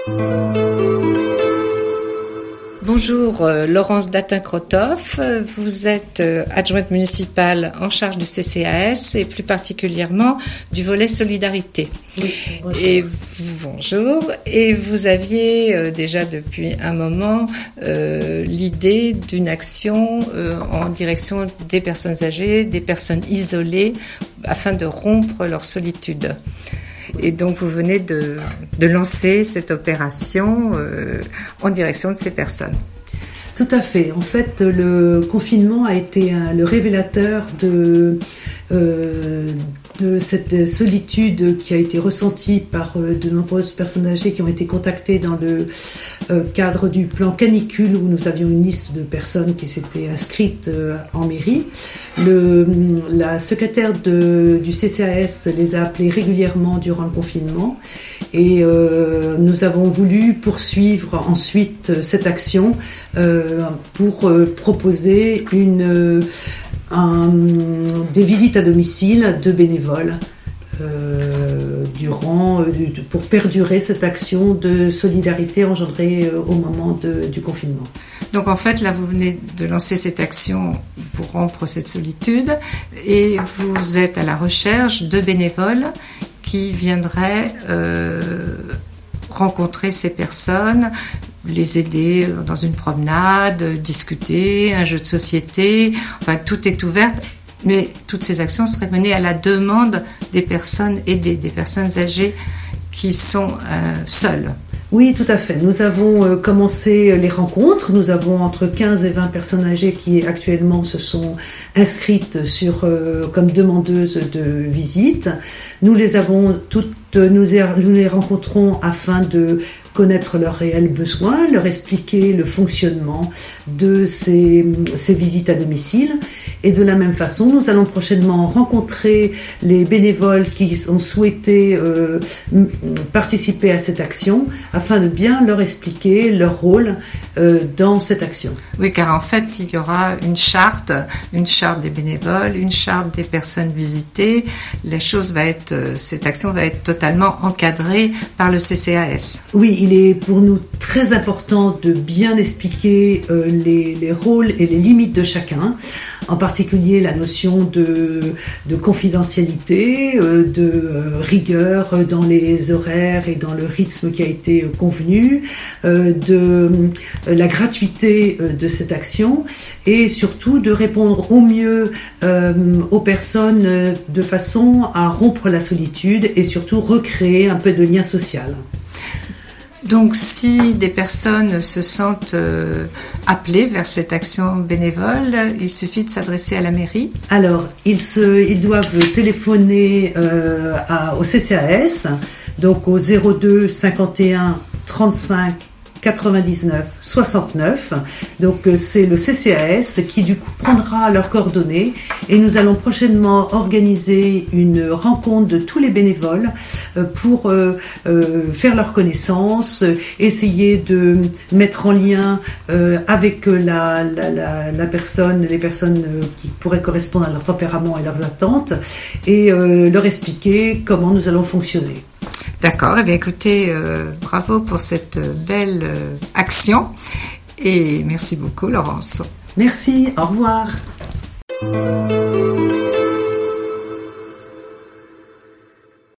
Bonjour, Laurence Datin-Krotoff. Vous êtes adjointe municipale en charge du CCAS et plus particulièrement du volet solidarité. Oui, bonjour. Bonjour. Et vous aviez déjà depuis un moment l'idée d'une action en direction des personnes âgées, des personnes isolées, afin de rompre leur solitude. Et donc vous venez de lancer cette opération en direction de ces personnes. Tout à fait. En fait, le confinement a été le révélateur de cette solitude qui a été ressentie par de nombreuses personnes âgées qui ont été contactées dans le cadre du plan canicule où nous avions une liste de personnes qui s'étaient inscrites en mairie. La secrétaire du CCAS les a appelées régulièrement durant le confinement et nous avons voulu poursuivre ensuite cette action pour proposer des visites à domicile de bénévoles pour perdurer cette action de solidarité engendrée au moment du confinement. Donc en fait, là, vous venez de lancer cette action pour rompre cette solitude et vous êtes à la recherche de bénévoles qui viendraient rencontrer ces personnes, les aider dans une promenade, discuter, un jeu de société, enfin tout est ouvert, mais toutes ces actions seraient menées à la demande des personnes aidées, des personnes âgées qui sont seules. Oui, tout à fait. Nous avons commencé les rencontres. Nous avons entre 15 et 20 personnes âgées qui actuellement se sont inscrites comme demandeuses de visite. Nous les avons toutes, nous les rencontrons afin de connaître leurs réels besoins, leur expliquer le fonctionnement de ces visites à domicile. Et de la même façon, nous allons prochainement rencontrer les bénévoles qui ont souhaité participer à cette action afin de bien leur expliquer leur rôle dans cette action. Oui, car en fait, il y aura une charte des bénévoles, une charte des personnes visitées. Cette action va être totalement encadrée par le CCAS. Oui, il est pour nous très important de bien expliquer les rôles et les limites de chacun, en particulier la notion de confidentialité, de rigueur dans les horaires et dans le rythme qui a été convenu, de la gratuité de cette action et surtout de répondre au mieux aux personnes de façon à rompre la solitude et surtout recréer un peu de lien social. Donc, si des personnes se sentent appelées vers cette action bénévole, il suffit de s'adresser à la mairie. Alors, ils doivent téléphoner au CCAS, donc au 02 51 35 99 69. Donc c'est le CCAS qui du coup prendra leurs coordonnées et nous allons prochainement organiser une rencontre de tous les bénévoles pour faire leur connaissance, essayer de mettre en lien avec les personnes qui pourraient correspondre à leur tempérament et leurs attentes et leur expliquer comment nous allons fonctionner. D'accord, eh bien écoutez, bravo pour cette belle action et merci beaucoup Laurence. Merci, au revoir.